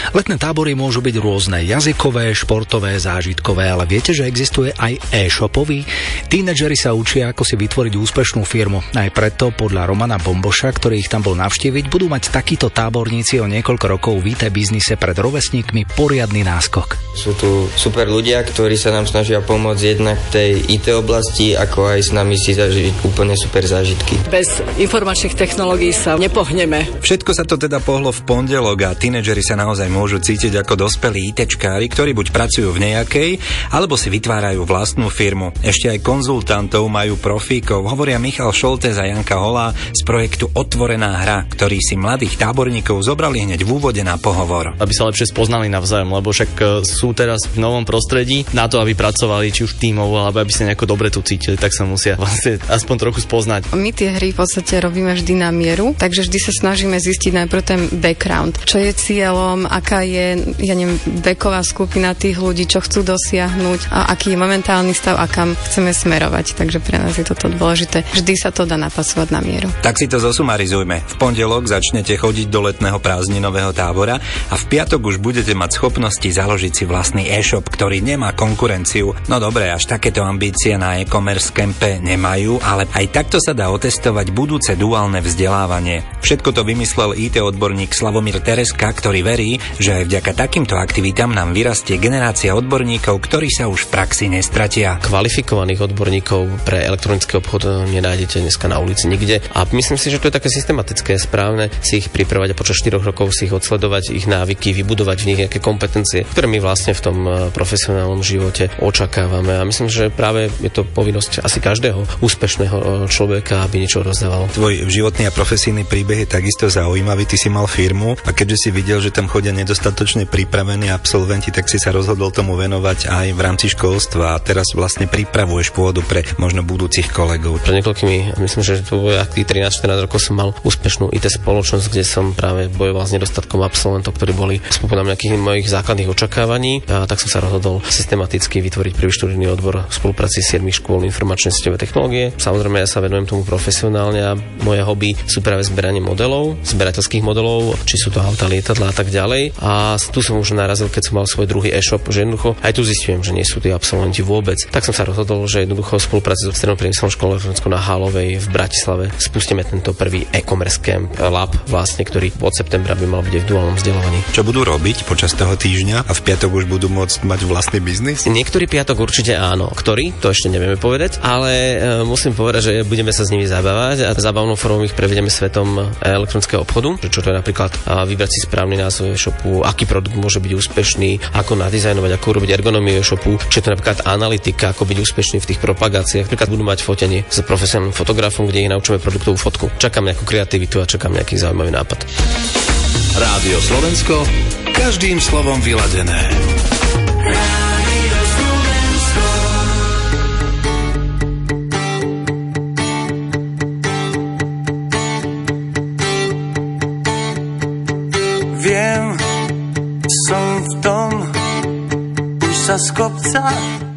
Letné tábory môžu byť rôzne, jazykové, športové, zážitkové, ale viete, že existuje aj e-shopový? Tínedžeri sa učia, ako si vytvoriť úspešnú firmu. Aj preto, podľa Romana Bomboša, ktorý ich tam bol navštíviť, budú mať takíto táborníci o niekoľko rokov v IT biznise pred rovesníkmi poriadny náskok. Sú tu super ľudia, ktorí sa nám snažia pomôcť jednak v tej IT oblasti, ako aj s nami si zažiť úplne super zážitky. Bez informačných technológií sa nepohneme. Všetko sa to teda pohlo v pondelok a tínedžeri sa naozaj môžu cítiť ako dospelí ITčkári, ktorí buď pracujú v nejakej, alebo si vytvárajú vlastnú firmu. Ešte aj konzultantov majú profíkov, hovoria Michal Šoltes a Janka Holá z projektu Otvorená hra, ktorí si mladých táborníkov zobrali hneď v úvode na pohovor. Aby sa lepšie spoznali navzájom, lebo však sú teraz v novom prostredí, na to, aby pracovali či už tímovo, alebo aby sa nejako dobre tu cítili, tak sa musia vlastne aspoň trochu spoznať. My tie hry v podstate robíme vždy na mieru, takže vždy sa snažíme zistiť najprv ten background, čo je cieľom, aká je, veková skupina tých ľudí, čo chcú dosiahnuť a aký je momentálny stav a kam chceme smerovať. Takže pre nás je toto dôležité. Vždy sa to dá napasovať na mieru. Tak si to zosumarizujme. V pondelok začnete chodiť do letného prázdninového tábora a v piatok už budete mať schopnosti založiť si vlastný e-shop, ktorý nemá konkurenciu. No dobre, až takéto ambície na e-commerce campe nemajú, ale aj takto sa dá otestovať budúce duálne vzdelávanie. Všetko to vymyslel IT odborník Slavomír Tereska, ktorý verí, že aj vďaka takýmto aktivitám nám vyrastie generácia odborníkov, ktorí sa už v praxi nestratia. Kvalifikovaných odborníkov pre elektronický obchod nenájdete dneska na ulici nikde a myslím si, že to je také systematické, správne si ich pripravať a počas 4 rokov si ich odsledovať, ich návyky, vybudovať v nich nejaké kompetencie, ktoré my vlastne v tom profesionálnom živote očakávame a myslím, že práve je to povinnosť asi každého úspešného človeka, aby niečo rozdával. Tvoj životný a profesijný príbeh je takisto zaujímavý, ty si mal firmu a keďže si videl, že tam chodia nedostatočne pripravení absolventi, tak si sa rozhodol tomu venovať aj v rámci školstva a teraz vlastne pripravuješ pôdu pre možno budúcich kolegov. Pred niekoľkými, myslím, že to bolo akých 13-14 rokov som mal úspešnú IT spoločnosť, kde som práve bojoval s nedostatkom absolventov, ktorí boli spôsobom nejakých mojich základných očakávaní a tak som sa rozhodol systematicky vytvoriť prvý študijný odbor v spolupráci s 7 škôl informačné sieťové technológie. Samozrejme ja sa venujem tomu profesionálne a moje hobby sú práve zberanie modelov, zberateľských modelov, či sú to auta, lietadlá a tak ďalej. A tu som už narazil, keď som mal svoj druhý e-shop, že jednoducho aj tu zistujem, že nie sú tí absolventi vôbec. Tak som sa rozhodol, že jednoducho v spolupráci so Strednou priemyselnou školou elektronickou na Hálovej v Bratislave spustíme tento prvý e-commerce camp lab, vlastne, ktorý od septembra by mal byť v duálnom vzdelávaní. Čo budú robiť počas toho týždňa a v piatok už budú môcť mať vlastný biznis? Niektorý piatok určite áno. Ktorý? To ešte nevieme povedať, ale musím povedať, že budeme sa s nimi zabávať a zábavnou formou ich prevedieme svetom elektronického obchodu, čo to je napríklad vybrať si správny názov e-shopu, aký produkt môže byť úspešný, ako nadizajnovať, ako urobiť ergonómiu e-shopu, či to napríklad analytika, ako byť úspešný v tých propagáciách. Napríklad budú mať fotenie s profesionálnym fotografom, kde ich naučíme produktovú fotku. Čakám nejakú kreativitu a čakám nejaký zaujímavý nápad. Rádio Slovensko, každým slovom vyladené. Viem, som v tom, už sa z kopca